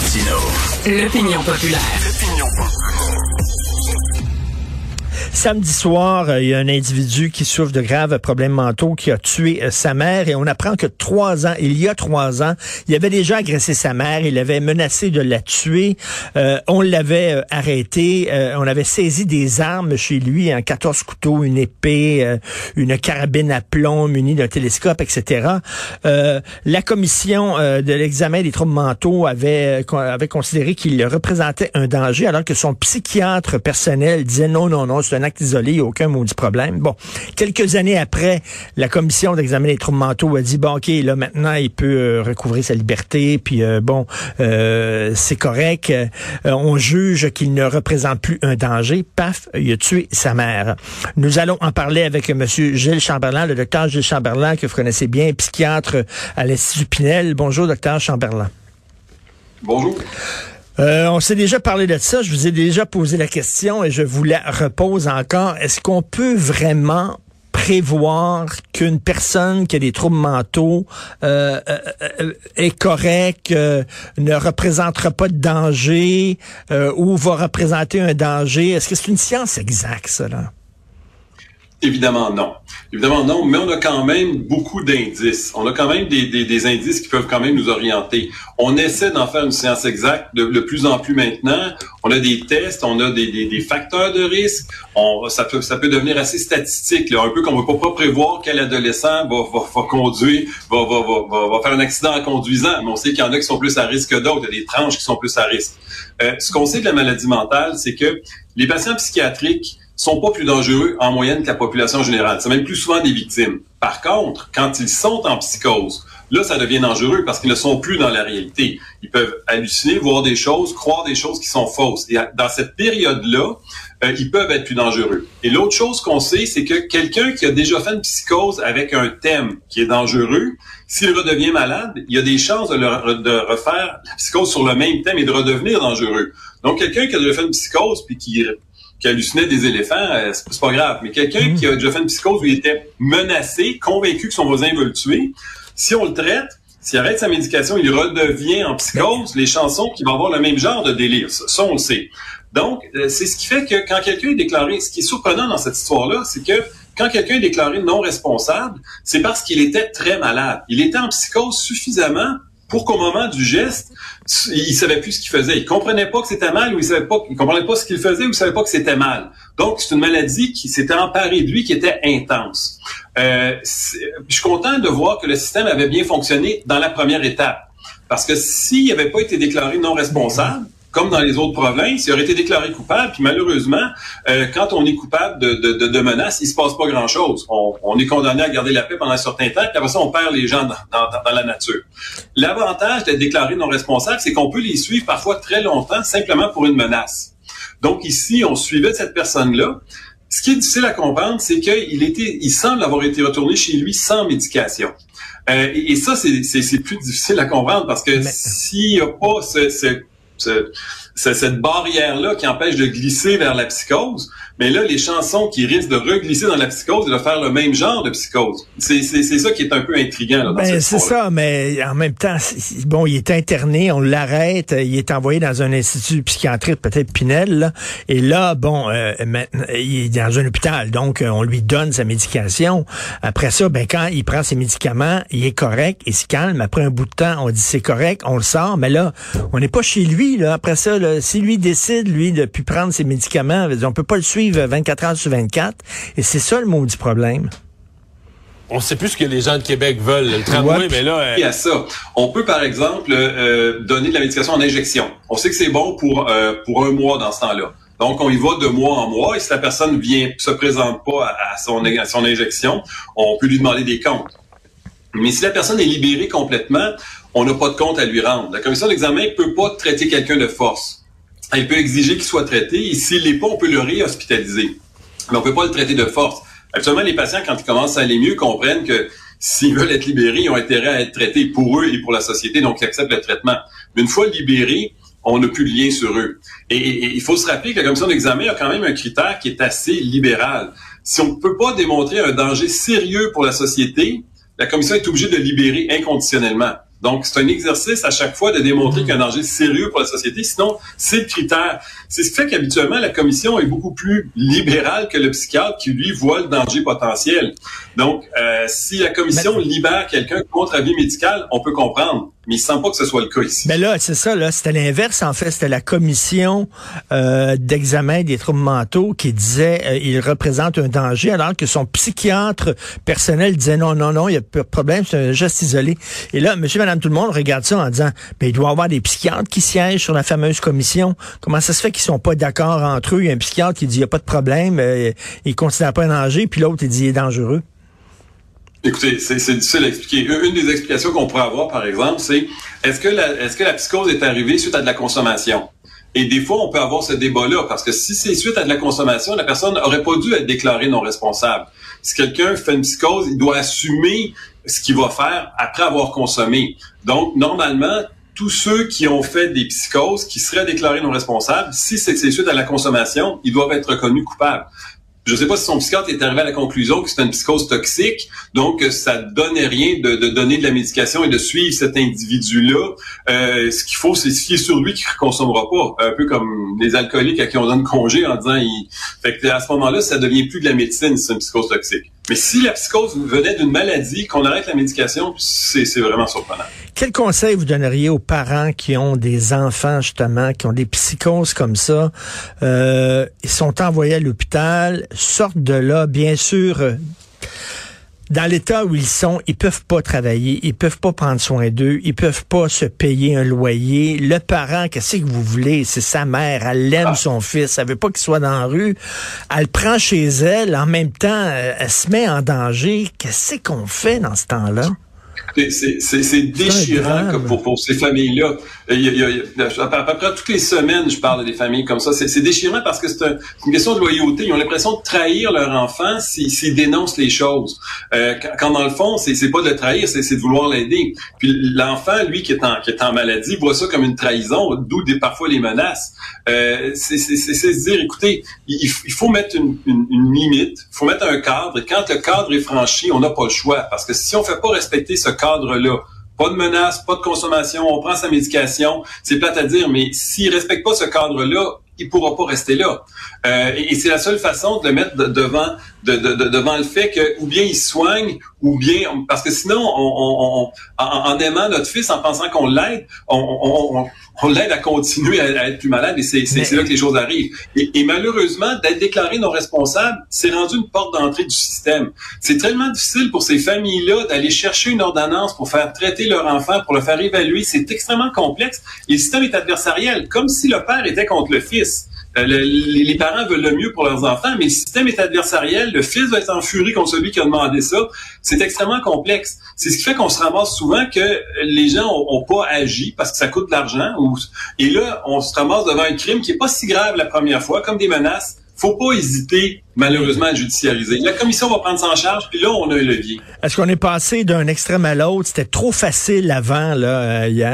L'opinion populaire. Samedi soir, il y a un individu qui souffre de graves problèmes mentaux qui a tué sa mère et on apprend que il y a 3 ans, il avait déjà agressé sa mère, il avait menacé de la tuer. On l'avait arrêté, on avait saisi des armes chez lui, 14 couteaux, une épée, une carabine à plomb munie d'un télescope, etc. La commission de l'examen des troubles mentaux avait considéré qu'il représentait un danger alors que son psychiatre personnel disait non, c'est un acte isolé, il n'y a aucun maudit problème. Bon, quelques années après, la commission d'examen des troubles mentaux a dit, bon, OK, là, maintenant, il peut recouvrer sa liberté, puis c'est correct. On juge qu'il ne représente plus un danger. Paf, il a tué sa mère. Nous allons en parler avec M. Gilles Chamberlain, le docteur Gilles Chamberlain, que vous connaissez bien, psychiatre à l'Institut Pinel. Bonjour, docteur Chamberlain. Bonjour. On s'est déjà parlé de ça, je vous ai déjà posé la question et je vous la repose encore. Est-ce qu'on peut vraiment prévoir qu'une personne qui a des troubles mentaux est correcte, ne représentera pas de danger ou va représenter un danger? Est-ce que c'est une science exacte, ça, là? Évidemment non, mais on a quand même beaucoup d'indices. On a quand même des indices qui peuvent quand même nous orienter. On essaie d'en faire une science exacte de plus en plus maintenant. On a des tests, on a des facteurs de risque. Ça peut devenir assez statistique, là, un peu comme on ne peut pas prévoir quel adolescent va conduire, va faire un accident en conduisant. Mais on sait qu'il y en a qui sont plus à risque que d'autres. Il y a des tranches qui sont plus à risque. Ce qu'on sait de la maladie mentale, c'est que les patients psychiatriques sont pas plus dangereux en moyenne que la population générale. C'est même plus souvent des victimes. Par contre, quand ils sont en psychose, là, ça devient dangereux parce qu'ils ne sont plus dans la réalité. Ils peuvent halluciner, voir des choses, croire des choses qui sont fausses. Et dans cette période-là, ils peuvent être plus dangereux. Et l'autre chose qu'on sait, c'est que quelqu'un qui a déjà fait une psychose avec un thème qui est dangereux, s'il redevient malade, il y a des chances de refaire la psychose sur le même thème et de redevenir dangereux. Donc, quelqu'un qui a déjà fait une psychose puis qui hallucinait des éléphants, c'est pas grave. Mais quelqu'un qui a déjà fait une psychose où il était menacé, convaincu que son voisin veut le tuer, si on le traite, s'il arrête sa médication, il redevient en psychose, les chances sont qu'il va avoir le même genre de délire. Ça, on le sait. Donc, c'est ce qui fait que quand quelqu'un est déclaré, ce qui est surprenant dans cette histoire-là, c'est que quand quelqu'un est déclaré non responsable, c'est parce qu'il était très malade. Il était en psychose suffisamment pour qu'au moment du geste, il savait plus ce qu'il faisait. Il comprenait pas que c'était mal ou il comprenait pas ce qu'il faisait ou il savait pas que c'était mal. Donc, c'est une maladie qui s'était emparée de lui, qui était intense. Je suis content de voir que le système avait bien fonctionné dans la première étape. Parce que s'il n'avait pas été déclaré non responsable, comme dans les autres provinces, il aurait été déclaré coupable. Puis malheureusement, quand on est coupable de menaces, il se passe pas grand-chose. On est condamné à garder la paix pendant un certain temps, puis après ça, on perd les gens dans la nature. L'avantage d'être déclaré non responsable, c'est qu'on peut les suivre parfois très longtemps, simplement pour une menace. Donc ici, on suivait cette personne-là. Ce qui est difficile à comprendre, c'est il semble avoir été retourné chez lui sans médication. Et ça, c'est plus difficile à comprendre parce que s'il n'y a pas cette barrière-là qui empêche de glisser vers la psychose, mais là, les chansons qui risquent de reglisser dans la psychose et de faire le même genre de psychose. C'est ça qui est un peu intriguant là, dans cette c'est ça, mais en même temps, bon, il est interné, on l'arrête, il est envoyé dans un institut psychiatrique, peut-être Pinel, là, et là, bon, maintenant, il est dans un hôpital, donc on lui donne sa médication. Après ça, quand il prend ses médicaments, il est correct, il se calme. Après un bout de temps, on dit c'est correct, on le sort, mais là, on n'est pas chez lui, là. Après ça, là, si lui décide, lui, de plus prendre ses médicaments, on peut pas le suivre 24 heures sur 24. Et c'est ça le maudit problème. On sait plus ce que les gens de Québec veulent. Le tramway, mais là... Il y a ça. On peut, par exemple, donner de la médication en injection. On sait que c'est bon pour un mois dans ce temps-là. Donc, on y va de mois en mois. Et si la personne se présente pas à son injection, on peut lui demander des comptes. Mais si la personne est libérée complètement, on n'a pas de compte à lui rendre. La commission d'examen ne peut pas traiter quelqu'un de force. Elle peut exiger qu'il soit traité et s'il l'est pas, on peut le réhospitaliser. Mais on peut pas le traiter de force. Actuellement, les patients, quand ils commencent à aller mieux, comprennent que s'ils veulent être libérés, ils ont intérêt à être traités pour eux et pour la société, donc ils acceptent le traitement. Mais une fois libérés, on n'a plus de lien sur eux. Et il faut se rappeler que la commission d'examen a quand même un critère qui est assez libéral. Si on ne peut pas démontrer un danger sérieux pour la société, la commission est obligée de libérer inconditionnellement. Donc, c'est un exercice à chaque fois de démontrer qu'il y a un danger sérieux pour la société. Sinon, c'est le critère. C'est ce qui fait qu'habituellement, la commission est beaucoup plus libérale que le psychiatre qui, lui, voit le danger potentiel. Donc, si la commission libère quelqu'un contre avis médical, on peut comprendre. Mais il ne semble pas que ce soit le cas ici. Mais là, c'est ça, là, c'était l'inverse, en fait. C'était la commission d'examen des troubles mentaux qui disait il représente un danger, alors que son psychiatre personnel disait non, il n'y a pas de problème, c'est un geste isolé. Et là, monsieur, madame, tout le monde regarde ça en disant il doit y avoir des psychiatres qui siègent sur la fameuse commission. Comment ça se fait qu'ils sont pas d'accord entre eux? Il y a un psychiatre qui dit il n'y a pas de problème, il considère pas un danger, puis l'autre, il dit il est dangereux. Écoutez, c'est difficile à expliquer. Une des explications qu'on pourrait avoir, par exemple, c'est est-ce que la psychose est arrivée suite à de la consommation? Et des fois, on peut avoir ce débat-là, parce que si c'est suite à de la consommation, la personne n'aurait pas dû être déclarée non responsable. Si quelqu'un fait une psychose, il doit assumer ce qu'il va faire après avoir consommé. Donc, normalement, tous ceux qui ont fait des psychoses, qui seraient déclarés non responsables, si c'est suite à la consommation, ils doivent être reconnus coupables. Je ne sais pas si son psychiatre est arrivé à la conclusion que c'était une psychose toxique, donc ça donnait rien de donner de la médication et de suivre cet individu-là. Ce qu'il faut, c'est se fier sur lui qu'il ne consommera pas. Un peu comme les alcooliques à qui on donne congé en disant... Fait que à ce moment-là, ça devient plus de la médecine, c'est une psychose toxique. Mais si la psychose venait d'une maladie, qu'on arrête la médication, c'est vraiment surprenant. Quel conseil vous donneriez aux parents qui ont des enfants, justement, qui ont des psychoses comme ça? Ils sont envoyés à l'hôpital, sortent de là, bien sûr... Dans l'état où ils sont, ils peuvent pas travailler, ils peuvent pas prendre soin d'eux, ils peuvent pas se payer un loyer. Le parent, qu'est-ce que vous voulez? C'est sa mère, elle aime son fils, elle veut pas qu'il soit dans la rue. Elle le prend chez elle, en même temps, elle se met en danger. Qu'est-ce qu'on fait dans ce temps-là? C'est déchirant pour ces familles-là. À peu près toutes les semaines, je parle des familles comme ça. C'est déchirant parce que c'est une question de loyauté. Ils ont l'impression de trahir leur enfant s'ils dénoncent les choses. Quand dans le fond, c'est pas de le trahir, c'est de vouloir l'aider. Puis l'enfant, lui, qui est en maladie, voit ça comme une trahison, d'où parfois les menaces. C'est se dire, écoutez, il faut mettre une limite, il faut mettre un cadre. Et quand le cadre est franchi, on n'a pas le choix. Parce que si on fait pas respecter ce cadre-là, pas de menaces, pas de consommation, on prend sa médication, c'est plate à dire, mais s'il respecte pas ce cadre-là, il pourra pas rester là. Et c'est la seule façon de le mettre devant le fait que ou bien il soigne, ou bien parce que sinon en aimant notre fils, en pensant qu'on l'aide, on l'aide à continuer à être plus malade, et c'est là que les choses arrivent. Et malheureusement, d'être déclaré non responsable, c'est rendu une porte d'entrée du système. C'est tellement difficile pour ces familles-là d'aller chercher une ordonnance pour faire traiter leur enfant, pour le faire évaluer. C'est extrêmement complexe. Et le système est adversariel, comme si le père était contre le fils. Les parents veulent le mieux pour leurs enfants, mais le système est adversariel. Le fils va être en furie contre celui qui a demandé ça. C'est extrêmement complexe. C'est ce qui fait qu'on se ramasse souvent que les gens ont pas agi parce que ça coûte de l'argent. Et là, on se ramasse devant un crime qui est pas si grave la première fois, comme des menaces. Faut pas hésiter, malheureusement, à judiciariser. La commission va prendre ça en charge, puis là, on a un levier. Est-ce qu'on est passé d'un extrême à l'autre? C'était trop facile avant, là. Il y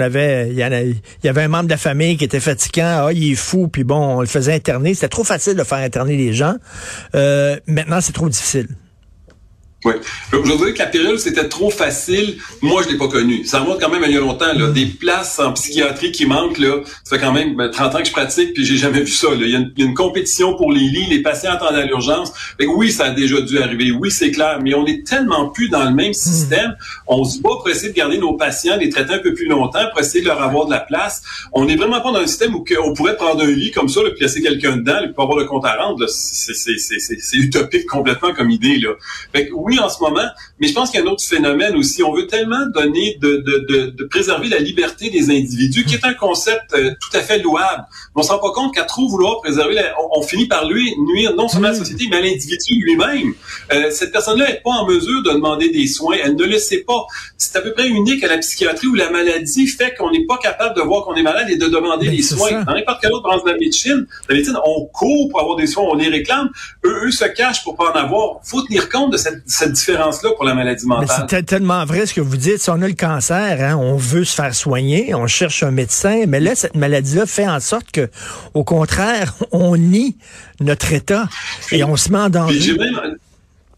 avait un membre de la famille qui était fatigant. Il est fou, puis bon, on le faisait interner. C'était trop facile de faire interner les gens. Maintenant, c'est trop difficile. Oui. Je veux dire que la période, c'était trop facile. Moi, je l'ai pas connu. Ça remonte quand même il y a longtemps, là. Des places en psychiatrie qui manquent, là. Ça fait quand même 30 ans que je pratique, puis j'ai jamais vu ça, là. Il y a une compétition pour les lits. Les patients attendent à l'urgence. Fait que oui, ça a déjà dû arriver. Oui, c'est clair. Mais on est tellement plus dans le même système. On se bat pour essayer de garder nos patients, les traiter un peu plus longtemps, pour essayer de leur avoir de la place. On n'est vraiment pas dans un système où on pourrait prendre un lit comme ça, là, puis laisser quelqu'un dedans, puis pas avoir le compte à rendre, là. C'est utopique complètement comme idée, là. Fait que oui, en ce moment, mais je pense qu'il y a un autre phénomène aussi. On veut tellement donner de préserver la liberté des individus, qui est un concept tout à fait louable. Mais on se rend pas compte qu'à trop vouloir préserver, on finit par nuire non seulement à la société, mais à l'individu lui-même. Cette personne-là n'est pas en mesure de demander des soins. Elle ne le sait pas. C'est à peu près unique à la psychiatrie où la maladie fait qu'on n'est pas capable de voir qu'on est malade et de demander des soins. Ça. Dans n'importe quelle autre branche de la médecine, on court pour avoir des soins, on les réclame. Eux se cachent pour pas en avoir. Faut tenir compte de cette différence-là pour la maladie mentale. C'est tellement vrai ce que vous dites. Si on a le cancer, on veut se faire soigner, on cherche un médecin, mais là, cette maladie-là fait en sorte que, au contraire, on nie notre état et on se met en danger.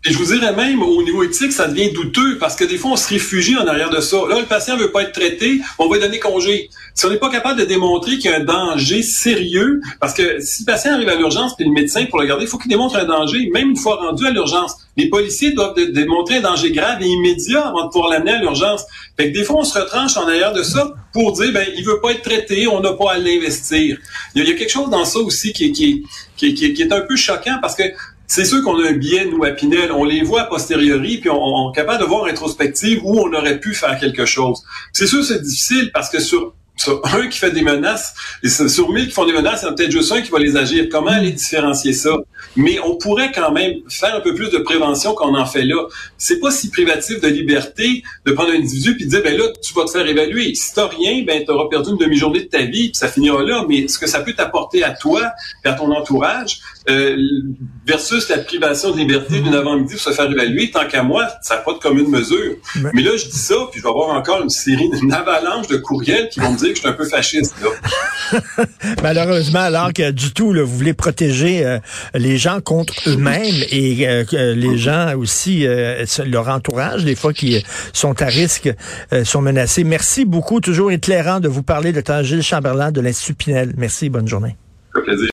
Et je vous dirais même, au niveau éthique, ça devient douteux parce que des fois, on se réfugie en arrière de ça. Là, le patient veut pas être traité, on va lui donner congé. Si on n'est pas capable de démontrer qu'il y a un danger sérieux, parce que si le patient arrive à l'urgence puis le médecin, pour le garder, il faut qu'il démontre un danger, même une fois rendu à l'urgence. Les policiers doivent démontrer un danger grave et immédiat avant de pouvoir l'amener à l'urgence. Fait que des fois, on se retranche en arrière de ça pour dire, il veut pas être traité, on n'a pas à l'investir. Il y a quelque chose dans ça aussi qui est un peu choquant parce que c'est sûr qu'on a un biais, nous, à Pinel. On les voit a posteriori, puis on est capable de voir en rétrospective où on aurait pu faire quelque chose. C'est sûr, c'est difficile parce que sur un qui fait des menaces, et sur 1000 qui font des menaces, il y en a peut-être juste un qui va les agir. Comment aller différencier ça? Mais on pourrait quand même faire un peu plus de prévention qu'on en fait là. C'est pas si privatif de liberté de prendre un individu puis de dire, là, tu vas te faire évaluer. Si t'as rien, t'auras perdu une demi-journée de ta vie puis ça finira là. Mais ce que ça peut t'apporter à toi et à ton entourage, versus la privation de liberté d'une avant-midi pour se faire évaluer, tant qu'à moi, ça n'a pas de commune mesure. Mais là, je dis ça, puis je vais avoir encore une avalanche de courriels qui vont me dire que je suis un peu fasciste, là. Malheureusement, alors que du tout, là, vous voulez protéger les gens contre eux-mêmes et les gens aussi, leur entourage, des fois, qui sont à risque, sont menacés. Merci beaucoup. Toujours éclairant de vous parler, Dr. Gilles Chamberlain de l'Institut Pinel. Merci, bonne journée. Ça fait plaisir.